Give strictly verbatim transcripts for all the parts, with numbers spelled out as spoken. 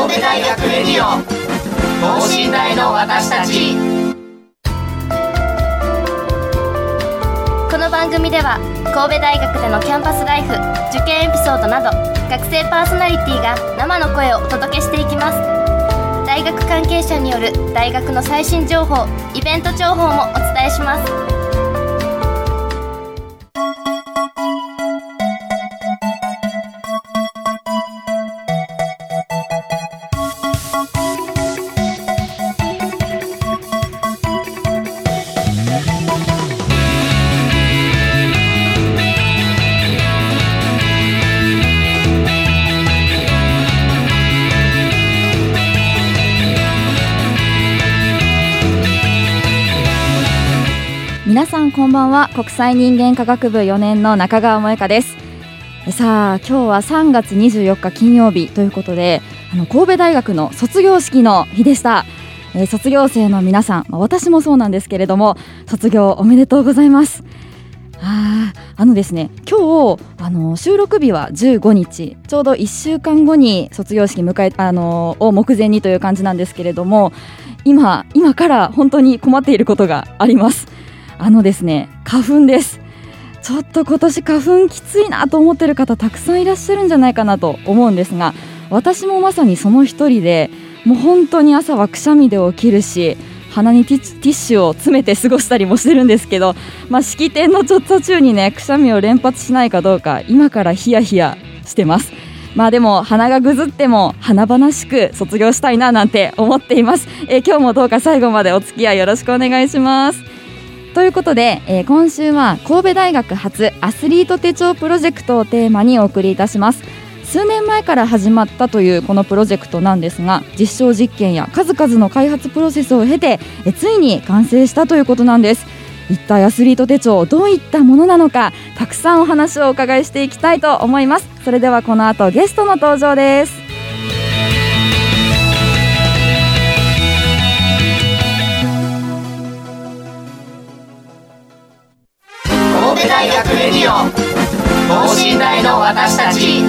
神戸大学レディオ等身大の私たち。 この番組では神戸大学でのキャンパスライフ、受験エピソードなど学生パーソナリティが生の声をお届けしていきます。大学関係者による大学の最新情報、イベント情報もお伝えします。 皆さんこんばんは。国際人間科学部よねんの中川萌香です。さあ今日はさんがつにじゅうよっか金曜日ということで、あの神戸大学の卒業式の日でした。えー、卒業生の皆さん、まあ、私もそうなんですけれども卒業おめでとうございます。あ, あのですね今日あの収録日はじゅうごにち、ちょうどいっしゅうかんごに卒業式迎えあのを目前にという感じなんですけれども、今今から本当に困っていることがあります。あのですね花粉です。ちょっと今年花粉きついなと思っている方たくさんいらっしゃるんじゃないかなと思うんですが、私もまさにその一人で、もう本当に朝はくしゃみで起きるし、鼻にティッシュを詰めて過ごしたりもしてるんですけど、まあ、式典のちょっと途中にねくしゃみを連発しないかどうか今からヒヤヒヤしてます。まあでも鼻がぐずっても華々しく卒業したいななんて思っています。えー、今日もどうか最後までお付き合いよろしくお願いします。ということで、えー、今週は神戸大学発アスリート手帳プロジェクトをテーマにお送りいたします。数年前から始まったというこのプロジェクトなんですが、実証実験や数々の開発プロセスを経てえついに完成したということなんです。一体アスリート手帳どういったものなのか、たくさんお話をお伺いしていきたいと思います。それではこの後ゲストの登場です。 神戸大学レディオ等身大の私たち。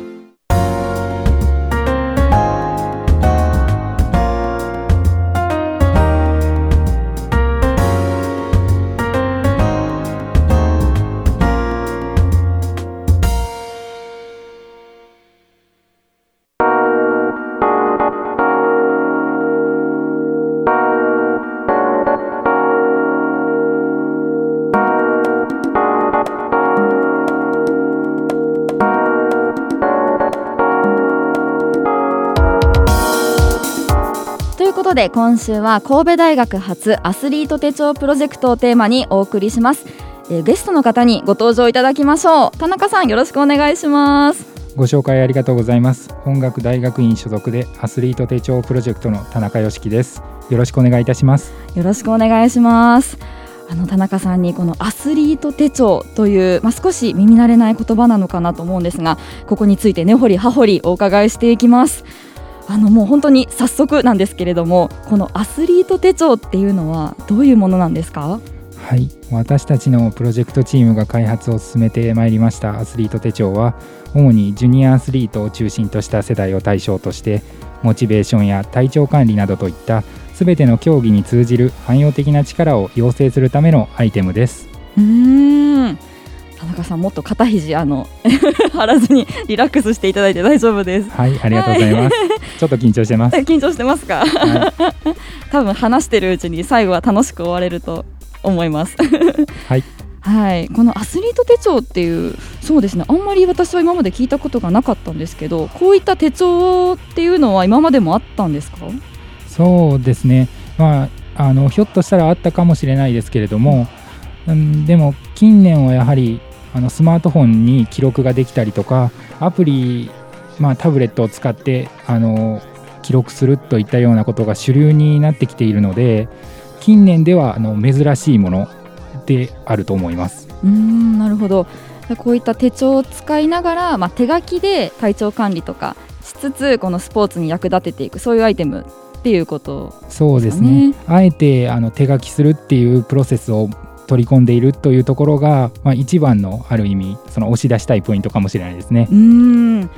ということで今週は神戸大学発アスリート手帳プロジェクトをテーマにお送りします。えー、ゲストの方にご登場いただきましょう。田中さんよろしくお願いします。 ご紹介ありがとうございます。本学大学院所属でアスリート手帳プロジェクトの田中良樹です。よろしくお願いいたします。 よろしくお願いします。あの田中さんにこのアスリート手帳という、まあ、少し耳慣れない言葉なのかなと思うんですが、ここについて根掘り葉掘りお伺いしていきます。あのもう本当に早速なんですけれども、このアスリート手帳っていうのはどういうものなんですか？ はい、私たちのプロジェクトチームが開発を進めてまいりましたアスリート手帳は、主にジュニアアスリートを中心とした世代を対象として、モチベーションや体調管理などといったすべての競技に通じる汎用的な力を養成するためのアイテムです。 うーん、田中さんもっと肩肘あの張らずにリラックスしていただいて大丈夫です。 はい、ありがとうございます。はい、ちょっと緊張してます。 緊張してますか？はい、多分話してるうちに最後は楽しく終われると思います。 はい、 はい、このアスリート手帳っていう、そうですね、あんまり私は今まで聞いたことがなかったんですけど、こういった手帳っていうのは今までもあったんですか？ そうですね、まあ、あのひょっとしたらあったかもしれないですけれども、うん、でも近年はやはりあのスマートフォンに記録ができたりとか、アプリ、まあ、タブレットを使ってあの記録するといったようなことが主流になってきているので、近年ではあの珍しいものであると思います。 うーん、なるほど。こういった手帳を使いながら、まあ、手書きで体調管理とかしつつ、このスポーツに役立てていく、そういうアイテムっていうことですかね。 そうですね、あえてあの手書きするっていうプロセスを取り込んでいるというところが、まあ、一番のある意味その押し出したいポイントかもしれないですね。 うーん、確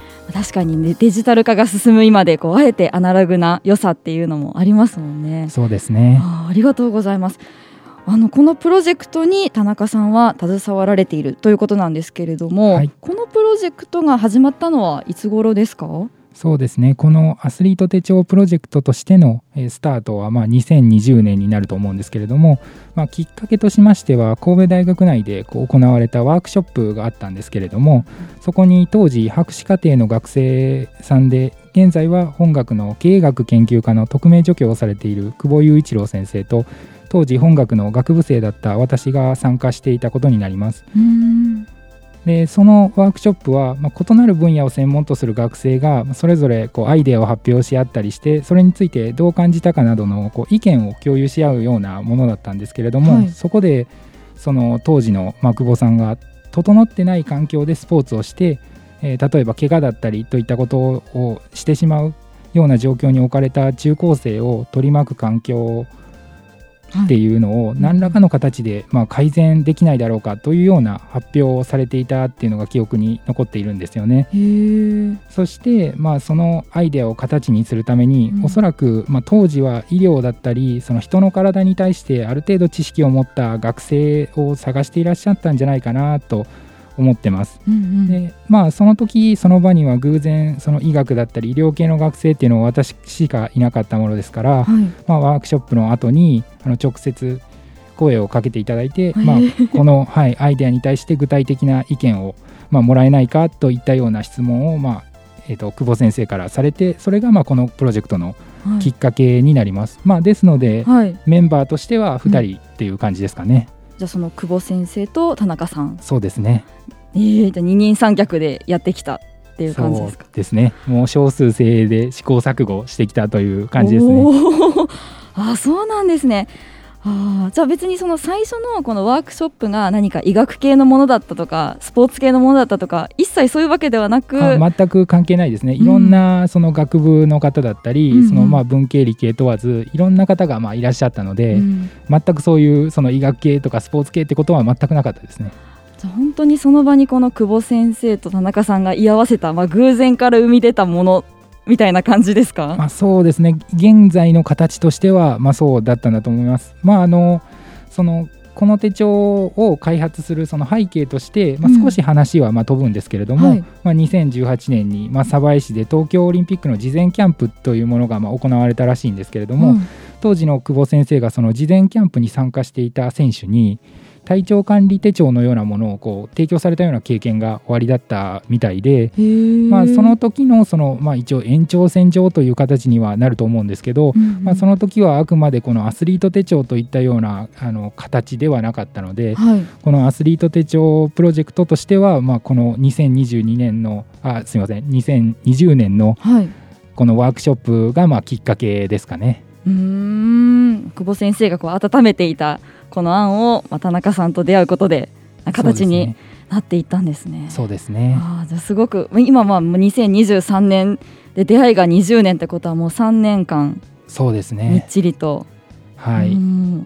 確かに、ね、デジタル化が進む今でこうあえてアナログな良さっていうのもありますもんね。 そうですね。 あ、ありがとうございます。あのこのプロジェクトに田中さんは携わられているということなんですけれども、はい、このプロジェクトが始まったのはいつ頃ですか？ そうですね、このアスリート手帳プロジェクトとしてのスタートはまあにせんにじゅうねんになると思うんですけれども、まあ、きっかけとしましては神戸大学内でこう行われたワークショップがあったんですけれども、そこに当時博士課程の学生さんで現在は本学の経営学研究科の特命助教をされている久保雄一郎先生と、当時本学の学部生だった私が参加していたことになります。うーんでそのワークショップは、まあ、異なる分野を専門とする学生がそれぞれこうアイデアを発表し合ったりして、それについてどう感じたかなどのこう意見を共有し合うようなものだったんですけれども、はい、そこでその当時の久保さんが整ってない環境でスポーツをして、えー、例えば怪我だったりといったことをしてしまうような状況に置かれた中高生を取り巻く環境をっていうのを何らかの形でまあ改善できないだろうかというような発表をされていたっていうのが記憶に残っているんですよね。へー。そしてまあそのアイデアを形にするために、うん、おそらくまあ当時は医療だったりその人の体に対してある程度知識を持った学生を探していらっしゃったんじゃないかなと思ってます。うんうん、でまあその時その場には偶然その医学だったり医療系の学生っていうのは私しかいなかったものですから、はい、まあ、ワークショップの後にあの直接声をかけていただいて、まあ、この、はい、アイデアに対して具体的な意見を、まあ、もらえないかといったような質問を、まあえーと、久保先生からされて、それがまあこのプロジェクトのきっかけになります。はい、まあ、ですので、はい、メンバーとしてはふたりっていう感じですかね。 うん、じゃあその久保先生と田中さん。 そうですね。 えー、じゃあ二人三脚でやってきたっていう感じですか？ そうですね。もう少数精鋭で試行錯誤してきたという感じですね。 あ、そうなんですね。あ、じゃあ別にその最初のこのワークショップが何か医学系のものだったとかスポーツ系のものだったとか一切そういうわけではなく、 全く関係ないですね。いろんなその学部の方だったり、うん、そのまあ文系理系問わずいろんな方がまあいらっしゃったので、うん、全くそういうその医学系とかスポーツ系ってことは全くなかったですね。 本当にその場にこの久保先生と田中さんが居合わせた、まあ、偶然から生み出たものみたいな感じですか？ まあ、そうですね。現在の形としては、まあ、そうだったんだと思います。まあ、あのそのこの手帳を開発するその背景として、まあ、少し話はまあ飛ぶんですけれども、うん、はい、まあ、にせんじゅうはちねんにまあ鯖江市で東京オリンピックの事前キャンプというものがまあ行われたらしいんですけれども、うん、当時の久保先生がその事前キャンプに参加していた選手に体調管理手帳のようなものをこう提供されたような経験がおありだったみたいで、まあ、その時のその、まあ、一応延長線上という形にはなると思うんですけど、うんうん、まあ、その時はあくまでこのアスリート手帳といったようなあの形ではなかったので、はい、このアスリート手帳プロジェクトとしては、まあ、このにせんにじゅうにねんのあすいませんにせんにじゅうねんのこのワークショップがまあきっかけですかね。 うーん、久保先生がこう温めていたこの案を、まあ、田中さんと出会うことで形になっていったんですね。 そうですね。 あ、じゃあすごく今はにせんにじゅうさんねんで出会いがにじゅうねんってことはもうさんねんかんそうですね、 みっちりと、 はい、 うん、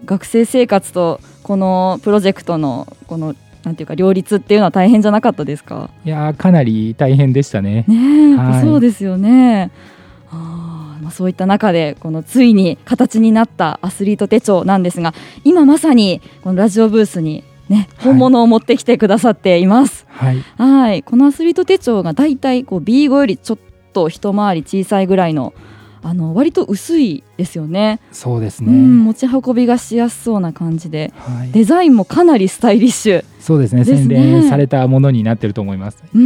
学生生活とこのプロジェクトのこのなんていうか両立っていうのは大変じゃなかったですか？ いやかなり大変でしたね。 ねえ、はい、そうですよね。あ、まあ、そういった中でこのついに形になったアスリート手帳なんですが、今まさにこのラジオブースに、ね、本物を持ってきてくださっています。はい、はい、このアスリート手帳がだいたいこう ビーご よりちょっと一回り小さいぐらいのあの割と薄いですよね。 そうですね、 うん、持ち運びがしやすそうな感じで、はい、デザインもかなりスタイリッシュ。 そうですね、洗練されたものになっていると思います。うん、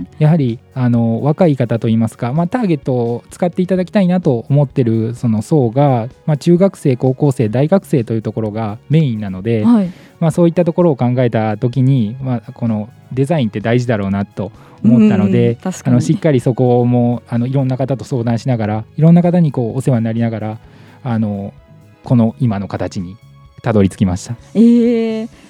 やはりあの若い方といいますか、まあ、ターゲットを使っていただきたいなと思っているその層が、まあ、中学生高校生大学生というところがメインなので、はい、まあ、そういったところを考えた時に、まあ、このデザインって大事だろうなと思ったので、うん、あのしっかりそこもあのいろんな方と相談しながら、いろんな方にこうお世話になりながら、あのこの今の形にたどり着きました。 えー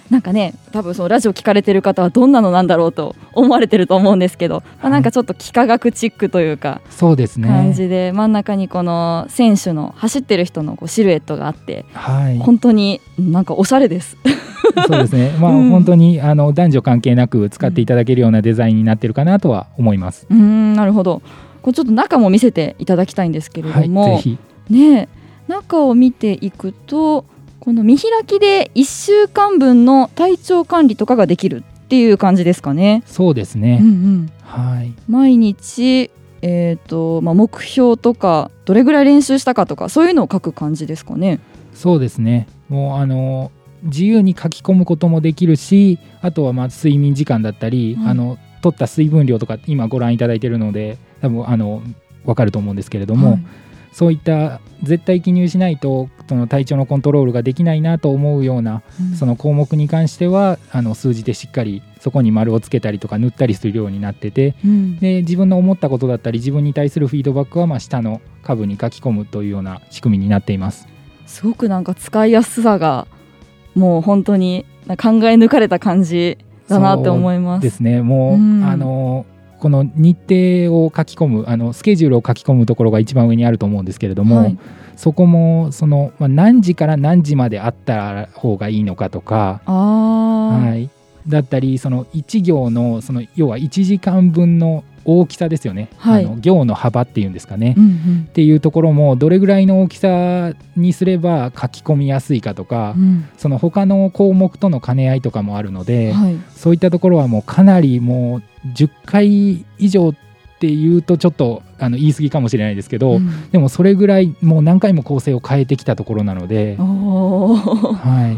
なんかね多分そのラジオ聞かれてる方はどんなのなんだろうと思われてると思うんですけど、まあ、なんかちょっと幾何学チックというかそうですね感じで真ん中にこの選手の走ってる人のこうシルエットがあって、 はい、 本当になんかおしゃれですそうですね、まあうん、本当にあの男女関係なく使っていただけるようなデザインになってるかなとは思います。 うーんなるほど。こうちょっと中も見せていただきたいんですけれども、 はい、ぜひね、中を見ていくとこの見開きでいっしゅうかんぶんの体調管理とかができるっていう感じですかね。 そうですね、 うんうん、 はい、 毎日、えーとまあ、目標とかどれぐらい練習したかとかそういうのを書く感じですかね。 そうですね、もうあの自由に書き込むこともできるし、あとはまあ睡眠時間だったり、はい、あの取った水分量とか今ご覧いただいているので多分あの分かると思うんですけれども、はい、そういった絶対記入しないとその体調のコントロールができないなと思うような、うん、その項目に関してはあの数字でしっかりそこに丸をつけたりとか塗ったりするようになってて、うん、で自分の思ったことだったり自分に対するフィードバックはまあ下の下部に書き込むというような仕組みになっています。 すごくなんか使いやすさがもう本当に考え抜かれた感じだなって思います。 そうですね、もう、うん、あのこの日程を書き込むあのスケジュールを書き込むところが一番上にあると思うんですけれども、はい、そこもその、まあ、何時から何時まであった方がいいのかとか、 あ、 はい、だったりそのいち行の、その要はいちじかんぶんの大きさですよね、はい、あの行の幅っていうんですかね、うんうん、っていうところもどれぐらいの大きさにすれば書き込みやすいかとか、うん、その他の項目との兼ね合いとかもあるので、はい、そういったところはもうかなりもうじゅっかい以上っていうとちょっとあの言い過ぎかもしれないですけど、うん、でもそれぐらいもう何回も構成を変えてきたところなので、はい、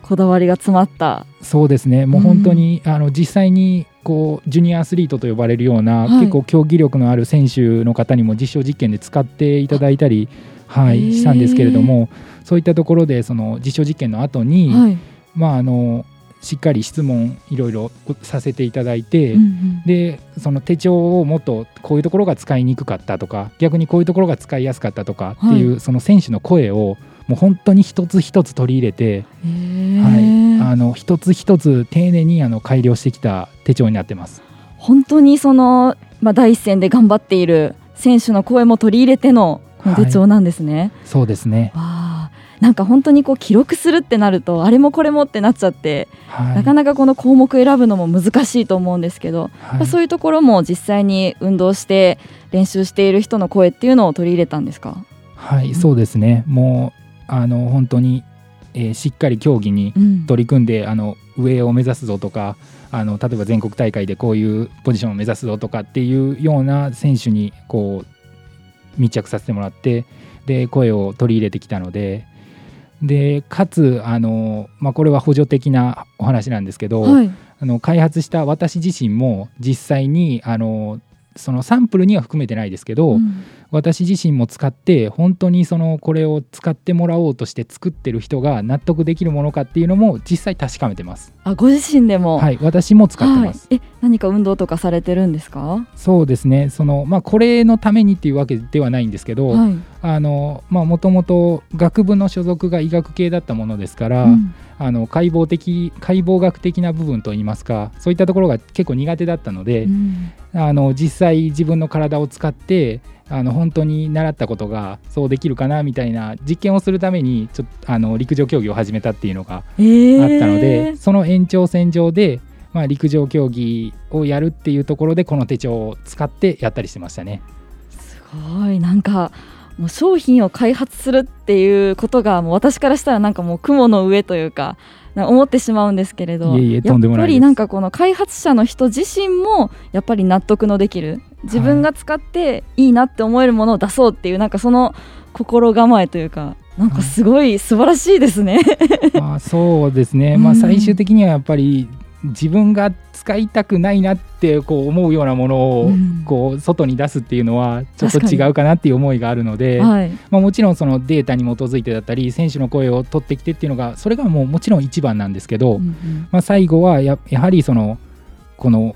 こだわりが詰まった。 そうですね、もう本当に、うん、あの実際にこうジュニアアスリートと呼ばれるような、はい、結構競技力のある選手の方にも実証実験で使っていただいたり、はい、したんですけれども、そういったところでその実証実験の後に、はい、まああのしっかり質問いろいろさせていただいて、うんうん、でその手帳をもっとこういうところが使いにくかったとか逆にこういうところが使いやすかったとかっていう、はい、その選手の声をもう本当に一つ一つ取り入れて、はい、あの一つ一つ丁寧にあの改良してきた手帳になってます。 本当にその、まあ、第一線で頑張っている選手の声も取り入れてのこの手帳なんですね。はい、 そうですね。 わなんか本当にこう記録するってなるとあれもこれもってなっちゃって、はい、なかなかこの項目選ぶのも難しいと思うんですけど、はい、そういうところも実際に運動して練習している人の声っていうのを取り入れたんですか？ はい、うん、そうですね。もうあの本当に、えー、しっかり競技に取り組んで、うん、あの上を目指すぞとかあの例えば全国大会でこういうポジションを目指すぞとかっていうような選手にこう密着させてもらってで声を取り入れてきたのででかつあの、まあ、これは補助的なお話なんですけど、はい、あの開発した私自身も実際にあのそのサンプルには含めてないですけど、うん、私自身も使って本当にそのこれを使ってもらおうとして作ってる人が納得できるものかっていうのも実際確かめてます。 あ、ご自身でも？ はい、私も使ってます。 はい、え何か運動とかされてるんですか？ そうですね、その、まあ、これのためにっていうわけではないんですけど、はい、あのまあもともと学部の所属が医学系だったものですから、うん、あの解剖的解剖学的な部分といいますかそういったところが結構苦手だったので、うん、あの実際自分の体を使ってあの本当に習ったことがそうできるかなみたいな実験をするためにちょっとあの陸上競技を始めたっていうのがあったので、えー、その延長線上で、まあ、陸上競技をやるっていうところでこの手帳を使ってやったりしてましたね。 すごい、なんかもう商品を開発するっていうことがもう私からしたらなんかもう雲の上というか思ってしまうんですけれど、 いえいえとんでもないです。 やっぱりなんかこの開発者の人自身もやっぱり納得のできる自分が使っていいなって思えるものを出そうっていうなんかその心構えというかなんかすごい素晴らしいですね。 まあ、そうですね、まあ、最終的にはやっぱり自分が使いたくないなってこう思うようなものをこう外に出すっていうのはちょっと違うかなっていう思いがあるので、はい、まあ、もちろんそのデータに基づいてだったり選手の声を取ってきてっていうのがそれがもうもちろん一番なんですけど、うんうん、まあ、最後は や, やはりそのこの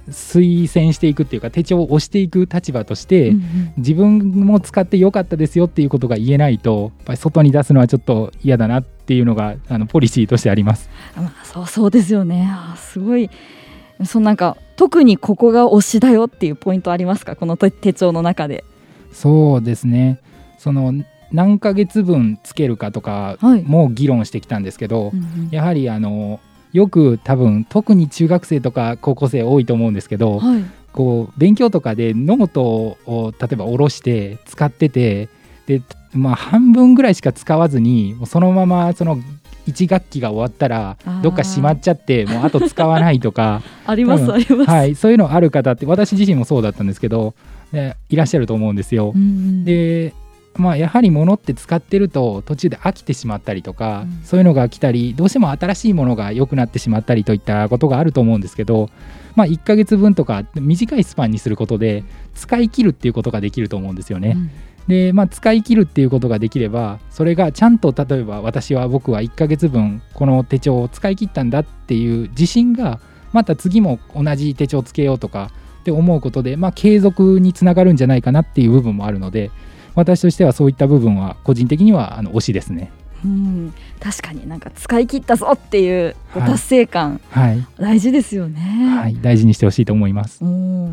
推薦していくっていうか手帳を押していく立場として、 うんうん、 自分も使ってよかったですよっていうことが言えないとやっぱり外に出すのはちょっと嫌だなっていうのがあのポリシーとしてあります。 まあ、そうそうですよね。あ、すごい。そのなんか特にここが推しだよっていうポイントありますか、この手帳の中で。 そうですね、その何ヶ月分つけるかとかも議論してきたんですけど、はい、うんうん、やはりあのよく多分特に中学生とか高校生多いと思うんですけど、はい、こう勉強とかでノートを例えば下ろして使ってて、で、まあ、半分ぐらいしか使わずにそのままそのいち学期が終わったらどっかしまっちゃってもうあと使わないとかありますあります、 はい、そういうのある方って私自身もそうだったんですけど、ね、いらっしゃると思うんですよ、うんうん、で、まあ、やはり物って使ってると途中で飽きてしまったりとか、うん、そういうのが来たりどうしても新しいものが良くなってしまったりといったことがあると思うんですけど、まあ、いっかげつぶんとか短いスパンにすることで使い切るっていうことができると思うんですよね、うん、で、まあ、使い切るっていうことができればそれがちゃんと例えば私は僕はいっかげつぶんこの手帳を使い切ったんだっていう自信がまた次も同じ手帳をつけようとかって思うことで、まあ、継続につながるんじゃないかなっていう部分もあるので、私としてはそういった部分は個人的にはあの推しですね。 うん、確かになんか使い切ったぞっていう達成感、はい、大事ですよね、 はい、大事にしてほしいと思います。 うん、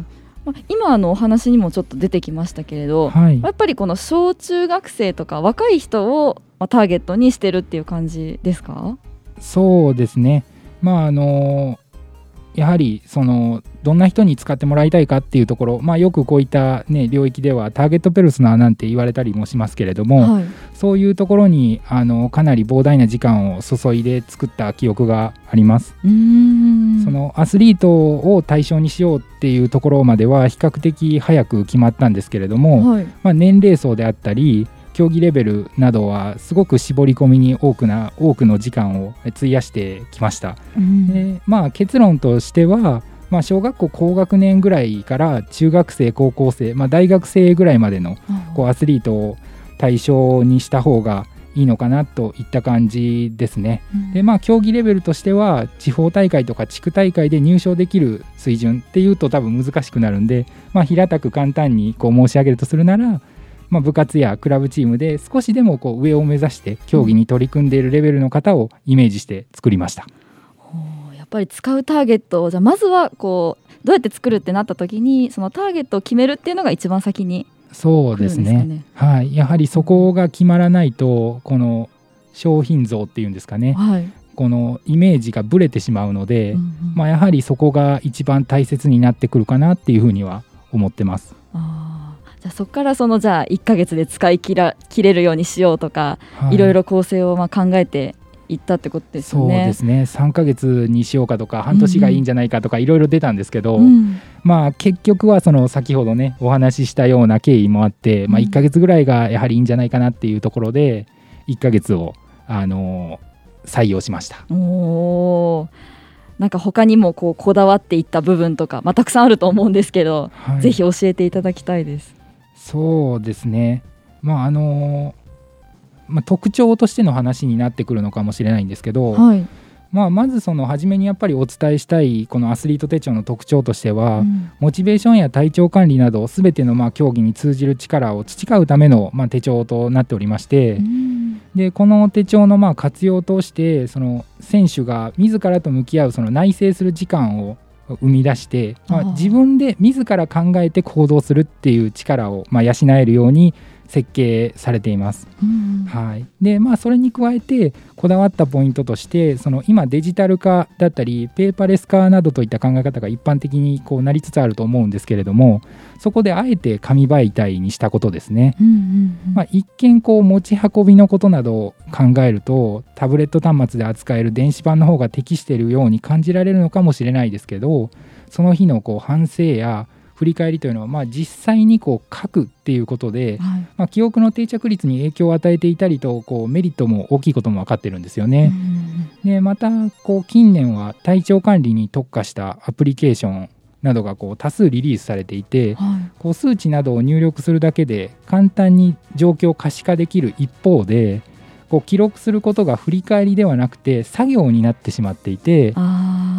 まあ、今のお話にもちょっと出てきましたけれど、はい、やっぱりこの小中学生とか若い人をターゲットにしてるっていう感じですか？ そうですね、まああのやはりそのどんな人に使ってもらいたいかっていうところ、まあ、よくこういった、ね、領域ではターゲットペルソナなんて言われたりもしますけれども、はい、そういうところにあのかなり膨大な時間を注いで作った記憶があります。うーん、そのアスリートを対象にしようっていうところまでは比較的早く決まったんですけれども、はい、まあ、年齢層であったり競技レベルなどはすごく絞り込みに多くな多くの時間を費やしてきました、うん、で、まあ、結論としては、まあ、小学校高学年ぐらいから中学生高校生、まあ、大学生ぐらいまでのこうアスリートを対象にした方がいいのかなといった感じですね、うん、で、まあ、競技レベルとしては地方大会とか地区大会で入賞できる水準っていうと多分難しくなるんで、まあ、平たく簡単にこう申し上げるとするなら、まあ、部活やクラブチームで少しでもこう上を目指して競技に取り組んでいるレベルの方をイメージして作りました。 うん、やっぱり使うターゲットをじゃあまずはこうどうやって作るってなった時にそのターゲットを決めるっていうのが一番先に来るんですかね。 そうですね、はい、やはりそこが決まらないとこの商品像っていうんですかね、はい、このイメージがぶれてしまうので、うんうん、まあ、やはりそこが一番大切になってくるかなっていうふうには思ってます。 あ、じゃあそこからそのじゃあいっかげつで使い切ら切れるようにしようとか、はい、いろいろ構成をまあ考えていったってことですよね。 そうですね、さんかげつにしようかとか半年がいいんじゃないかとかいろいろ出たんですけど、うん、まあ、結局はその先ほどねお話ししたような経緯もあって、まあ、いっかげつぐらいがやはりいいんじゃないかなっていうところでいっかげつを、あのー、採用しました。 おー、なんか他にもこうこだわっていった部分とか、まあ、たくさんあると思うんですけど、はい、ぜひ教えていただきたいです。 そうですね、まああのーまあ、特徴としての話になってくるのかもしれないんですけど、はい、まあ、まずその初めにやっぱりお伝えしたいこのアスリート手帳の特徴としては、うん、モチベーションや体調管理などすべてのまあ競技に通じる力を培うためのまあ手帳となっておりまして、うん、でこの手帳のまあ活用を通してその選手が自らと向き合うその内省する時間を生み出して、まあ、自分で自ら考えて行動するっていう力をまあ養えるように設計されています、うん、はい。で、まあ、それに加えてこだわったポイントとしてその今デジタル化だったりペーパーレス化などといった考え方が一般的にこうなりつつあると思うんですけれども、そこであえて紙媒体にしたことですね、うんうんうん、まあ、一見こう持ち運びのことなどを考えるとタブレット端末で扱える電子版の方が適しているように感じられるのかもしれないですけど、その日のこう反省や振り返りというのは、まあ、実際にこう書くっていうことで、はい、まあ、記憶の定着率に影響を与えていたりとこうメリットも大きいことも分かってるんですよね。でまたこう近年は体調管理に特化したアプリケーションなどがこう多数リリースされていて、はい、こう数値などを入力するだけで簡単に状況を可視化できる一方で、こう記録することが振り返りではなくて作業になってしまっていて、あ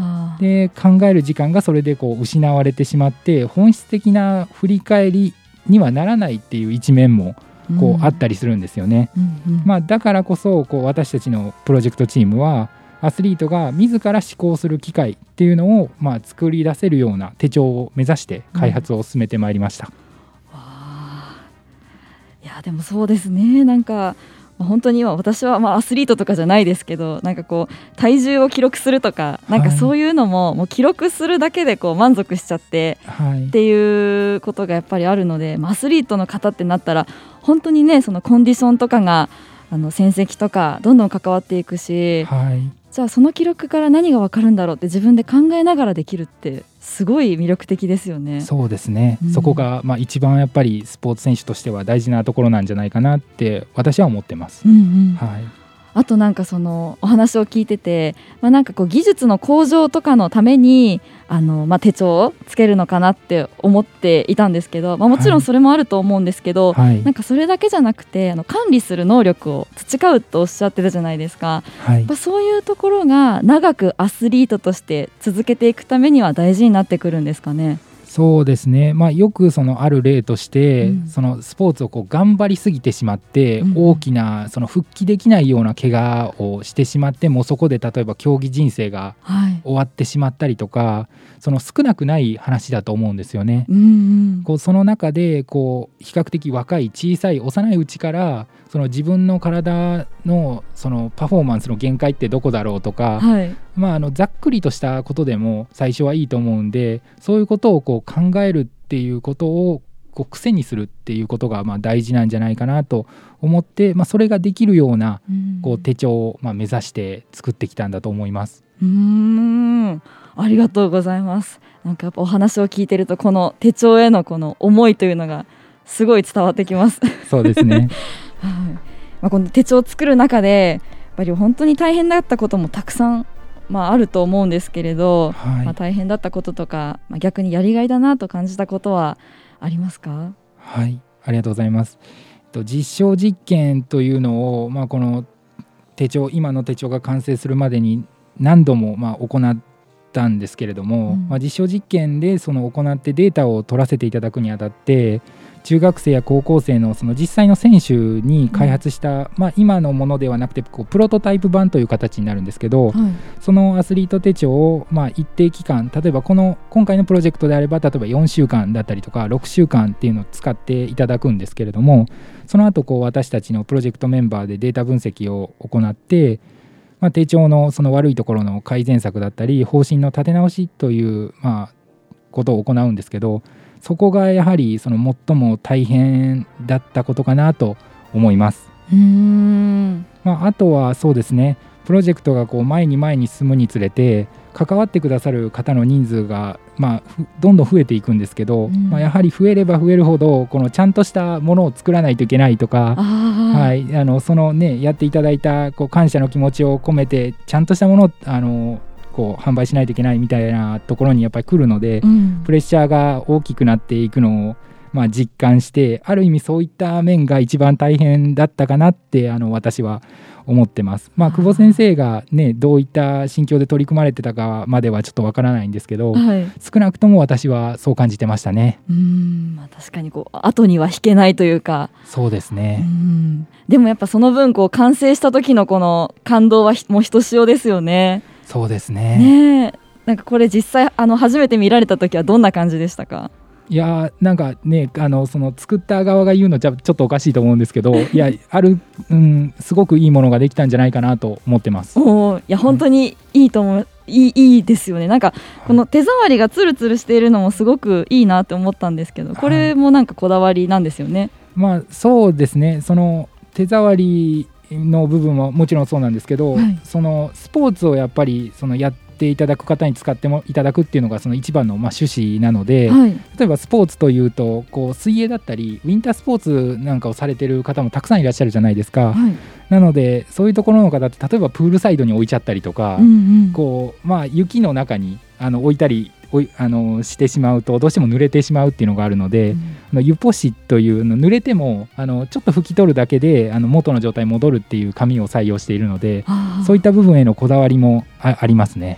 で考える時間がそれでこう失われてしまって本質的な振り返りにはならないっていう一面もこうあったりするんですよね、うんうんまあ、だからこそこう私たちのプロジェクトチームはアスリートが自ら思考する機会っていうのをまあ作り出せるような手帳を目指して開発を進めてまいりました、 うん、わいやでもそうですね。なんか本当に今私はまあアスリートとかじゃないですけど、なんかこう体重を記録するとか、なんかそういうのももう記録するだけでこう満足しちゃってっていうことがやっぱりあるので、アスリートの方ってなったら本当にね、そのコンディションとかがあの戦績とかどんどん関わっていくし、はい、じゃあその記録から何が分かるんだろうって自分で考えながらできるってすごい魅力的ですよね。 そうですね、うん、そこがまあ一番やっぱりスポーツ選手としては大事なところなんじゃないかなって私は思ってます、うんうんはい、 あとなんかそのお話を聞いてて、まあ、なんかこう技術の向上とかのためにあの、まあ、手帳をつけるのかなって思っていたんですけど、まあ、もちろんそれもあると思うんですけど、はい、なんかそれだけじゃなくてあの管理する能力を培うとおっしゃってたじゃないですか、はい、やっぱそういうところが長くアスリートとして続けていくためには大事になってくるんですかね。 そうですね、まあ、よくそのある例として、うん、そのスポーツをこう頑張りすぎてしまって、うん、大きなその復帰できないような怪我をしてしまってもうそこで例えば競技人生が終わってしまったりとか、はい、その少なくない話だと思うんですよね、うんうん、こうその中でこう比較的若い小さい幼いうちからその自分の体 の, そのパフォーマンスの限界ってどこだろうとか、はいまあ、あのざっくりとしたことでも最初はいいと思うんで、そういうことをこう考えるっていうことをこう癖にするっていうことがまあ大事なんじゃないかなと思って、まあ、それができるようなこう手帳をまあ目指して作ってきたんだと思います。 うーんありがとうございます。なんかやっぱお話を聞いてるとこの手帳へのこの思いというのがすごい伝わってきます。 そうですねはいまあ、この手帳を作る中でやっぱり本当に大変だったこともたくさん、まあ、あると思うんですけれど、はいまあ、大変だったこととか、まあ、逆にやりがいだなと感じたことはありますか？ はいありがとうございます。実証実験というのを、まあ、この手帳今の手帳が完成するまでに何度もまあ行ったんですけれども、うんまあ、実証実験でその行ってデータを取らせていただくにあたって中学生や高校生 の, その実際の選手に開発した、うんまあ、今のものではなくてこうプロトタイプ版という形になるんですけど、はい、そのアスリート手帳をまあ一定期間例えばこの今回のプロジェクトであれば例えばよんしゅうかんだったりとかろくしゅうかんっていうのを使っていただくんですけれども、その後こう私たちのプロジェクトメンバーでデータ分析を行って、まあ、手帳のその悪いところの改善策だったり方針の立て直しというまあことを行うんですけど、そこがやはりその最も大変だったことかなと思います。うーん、まあ、あとはそうですね、プロジェクトがこう前に前に進むにつれて関わってくださる方の人数がまあどんどん増えていくんですけど、うんまあ、やはり増えれば増えるほどこのちゃんとしたものを作らないといけないとか、はい、あのそのねやっていただいたこう感謝の気持ちを込めてちゃんとしたものをあのこう販売しないといけないみたいなところにやっぱり来るので、うん、プレッシャーが大きくなっていくのをまあ実感して、ある意味そういった面が一番大変だったかなってあの私は思ってます。まあ、久保先生が、ね、どういった心境で取り組まれてたかまではちょっとわからないんですけど、はい、少なくとも私はそう感じてましたね。 うーん、まあ、確かにこう後には引けないというか。 そうですね。 うん、でもやっぱその分こう完成した時のこの感動はもうひとしおですよね。 そうですね。 ね、なんかこれ実際あの初めて見られた時はどんな感じでしたか？ いやなんかねあのその作った側が言うのじゃちょっとおかしいと思うんですけどいやある、うん、すごくいいものができたんじゃないかなと思ってます。 おいや本当にいいと思う、いい、いいですよね。なんかこの手触りがツルツルしているのもすごくいいなって思ったんですけど、これもなんかこだわりなんですよね。はい、まあそうですね、その手触りの部分はもちろんそうなんですけど、はい、そのスポーツをやっぱりそのやっていただく方に使ってもいただくっていうのがその一番のまあ趣旨なので、はい、例えばスポーツというとこう水泳だったりウィンタースポーツなんかをされてる方もたくさんいらっしゃるじゃないですか。はい、なのでそういうところの方って例えばプールサイドに置いちゃったりとか、うんうん、こうまあ、雪の中にあの置いたりあのしてしまうとどうしても濡れてしまうっていうのがあるので、うん、あの湯干しというの濡れてもあのちょっと拭き取るだけであの元の状態に戻るっていう紙を採用しているので、そういった部分へのこだわりも あ, ありますね。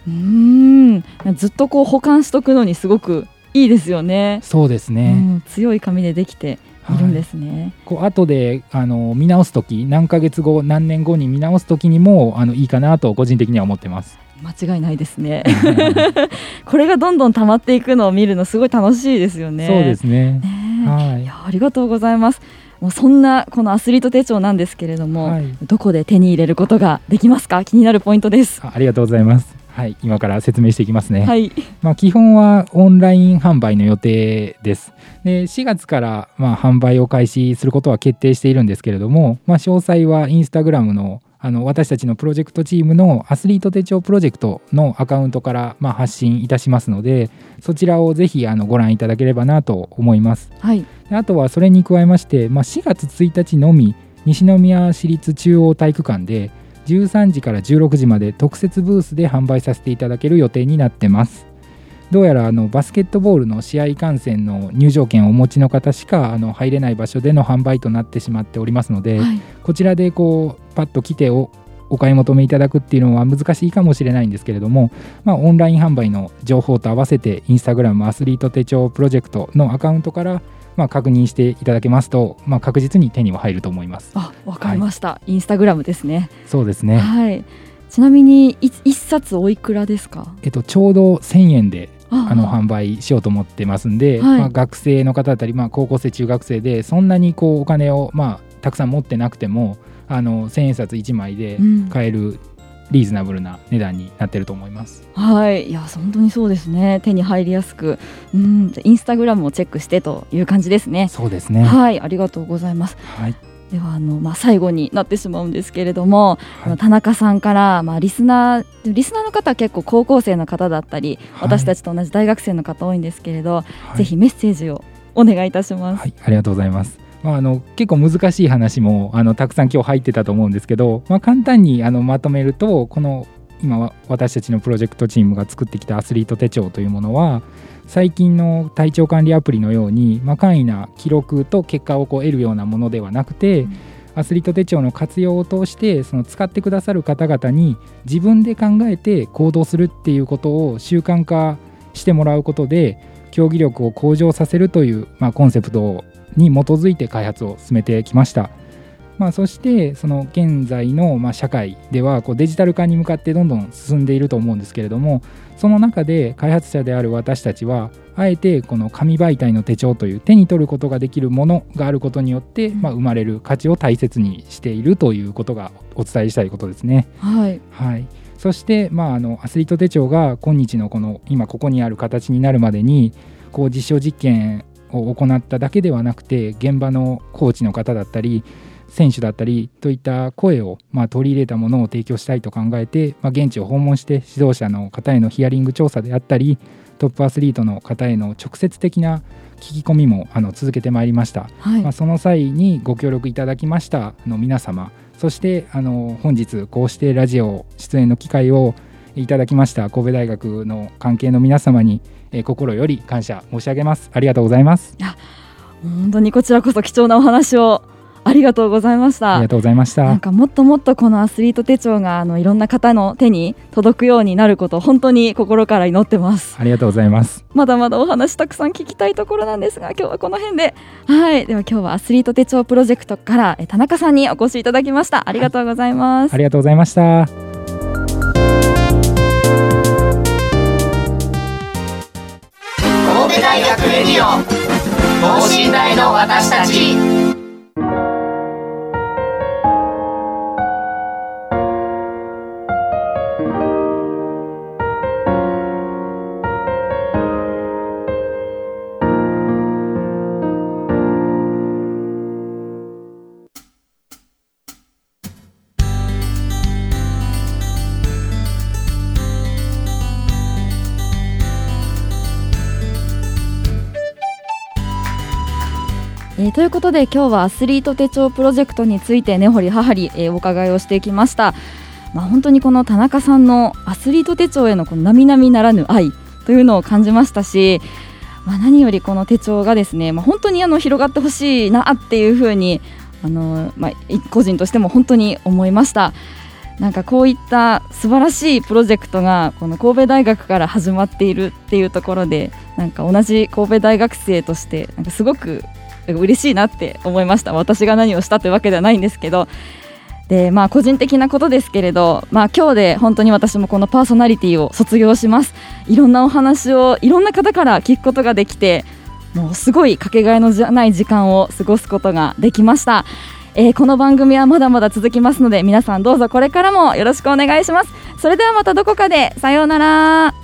うーん、ずっとこう保管しとくのにすごくいいですよね。 そうですね、 うん、強い紙でできているんですね。はい、 こう後であの見直すとき、何ヶ月後何年後に見直すときにもあのいいかなと個人的には思ってます。 間違いないですねこれがどんどん溜まっていくのを見るのすごい楽しいですよね。 そうですね。 ね、 はい、 いやありがとうございます。もうそんなこのアスリート手帳なんですけれども、はい、どこで手に入れることができますか？気になるポイントです。 あ、ありがとうございます。はい、今から説明していきますね。 はい、 まあ、基本はオンライン販売の予定です。でしがつからまあ販売を開始することは決定しているんですけれども、まあ、詳細はインスタグラムのあの私たちのプロジェクトチームのアスリート手帳プロジェクトのアカウントからまあ発信いたしますので、そちらをぜひあのご覧いただければなと思います。 はい、 あとはそれに加えまして、まあ、しがつついたちのみ西宮市立中央体育館でじゅうさんじからじゅうろくじまで特設ブースで販売させていただける予定になってます。どうやらあのバスケットボールの試合観戦の入場券をお持ちの方しかあの入れない場所での販売となってしまっておりますので、はい、こちらでこうパッと来て お, お買い求めいただくっていうのは難しいかもしれないんですけれども、まあ、オンライン販売の情報と合わせてインスタグラムアスリート手帳プロジェクトのアカウントからまあ確認していただけますと、まあ、確実に手には入ると思います。 あ、わかりました、はい、インスタグラムですね。 そうですね、 はい、ちなみにいっさつおいくらですか？ えっと、ちょうどせんえんであの販売しようと思ってますんで、はい、まあ、学生の方だったり、まあ、高校生中学生でそんなにこうお金をまあたくさん持ってなくてもあのせんえんさついちまいで買えるリーズナブルな値段になってると思います。 うん、はい、いや本当にそうですね。手に入りやすく、うん、インスタグラムをチェックしてという感じですね。 そうですね。 はい、ありがとうございます。 はい、 ではあの、まあ、最後になってしまうんですけれども、はい、田中さんから、まあ、リスナーリスナーの方は結構高校生の方だったり、はい、私たちと同じ大学生の方多いんですけれど、はい、ぜひメッセージをお願いいたします。 はい、ありがとうございます。まあ、あの結構難しい話もあのたくさん今日入ってたと思うんですけど、まあ、簡単にあのまとめると、この今私たちのプロジェクトチームが作ってきたアスリート手帳というものは最近の体調管理アプリのように、まあ、簡易な記録と結果をこう得るようなものではなくて、うん、アスリート手帳の活用を通してその使ってくださる方々に自分で考えて行動するっていうことを習慣化してもらうことで競技力を向上させるという、まあ、コンセプトに基づいて開発を進めてきました。まあ、そしてその現在のまあ社会ではこうデジタル化に向かってどんどん進んでいると思うんですけれども、その中で開発者である私たちはあえてこの紙媒体の手帳という手に取ることができるものがあることによってまあ生まれる価値を大切にしているということがお伝えしたいことですね。 はい、 はい、そしてまああのアスリート手帳が今日のこの今ここにある形になるまでにこう実証実験を行っただけではなくて、現場のコーチの方だったり選手だったりといった声をまあ取り入れたものを提供したいと考えて、まあ、現地を訪問して指導者の方へのヒアリング調査であったりトップアスリートの方への直接的な聞き込みもあの続けてまいりました。はい、まあ、その際にご協力いただきましたあの皆様、そしてあの本日こうしてラジオ出演の機会をいただきました神戸大学の関係の皆様に、えー、心より感謝申し上げます。ありがとうございます。 いや本当にこちらこそ貴重なお話をありがとうございました。 ありがとうございました。 なんかもっともっとこのアスリート手帳があのいろんな方の手に届くようになることを本当に心から祈ってます。 ありがとうございます。 まだまだお話たくさん聞きたいところなんですが、今日はこの辺で。はい、では今日はアスリート手帳プロジェクトから田中さんにお越しいただきました。ありがとうございます。はい、 ありがとうございました。 神戸大学レディオ等身大の私たち。 えー、ということで今日はアスリート手帳プロジェクトについて根掘り葉掘り、えー、お伺いをしてきました。まあ、本当にこの田中さんのアスリート手帳へのこの並々ならぬ愛というのを感じましたし、まあ、何よりこの手帳がですね、まあ、本当にあの広がってほしいなっていうふうにあの、まあ、個人としても本当に思いました。 なんかこういった素晴らしいプロジェクトがこの神戸大学から始まっているっていうところで、なんか同じ神戸大学生としてなんかすごく嬉しいなって思いました。私が何をしたというわけではないんですけど、で、まあ、個人的なことですけれど、まあ、今日で本当に私もこのパーソナリティを卒業します。いろんなお話をいろんな方から聞くことができて、もうすごいかけがえのじゃない時間を過ごすことができました。えー、この番組はまだまだ続きますので、皆さんどうぞこれからもよろしくお願いします。それではまたどこかで、さようなら。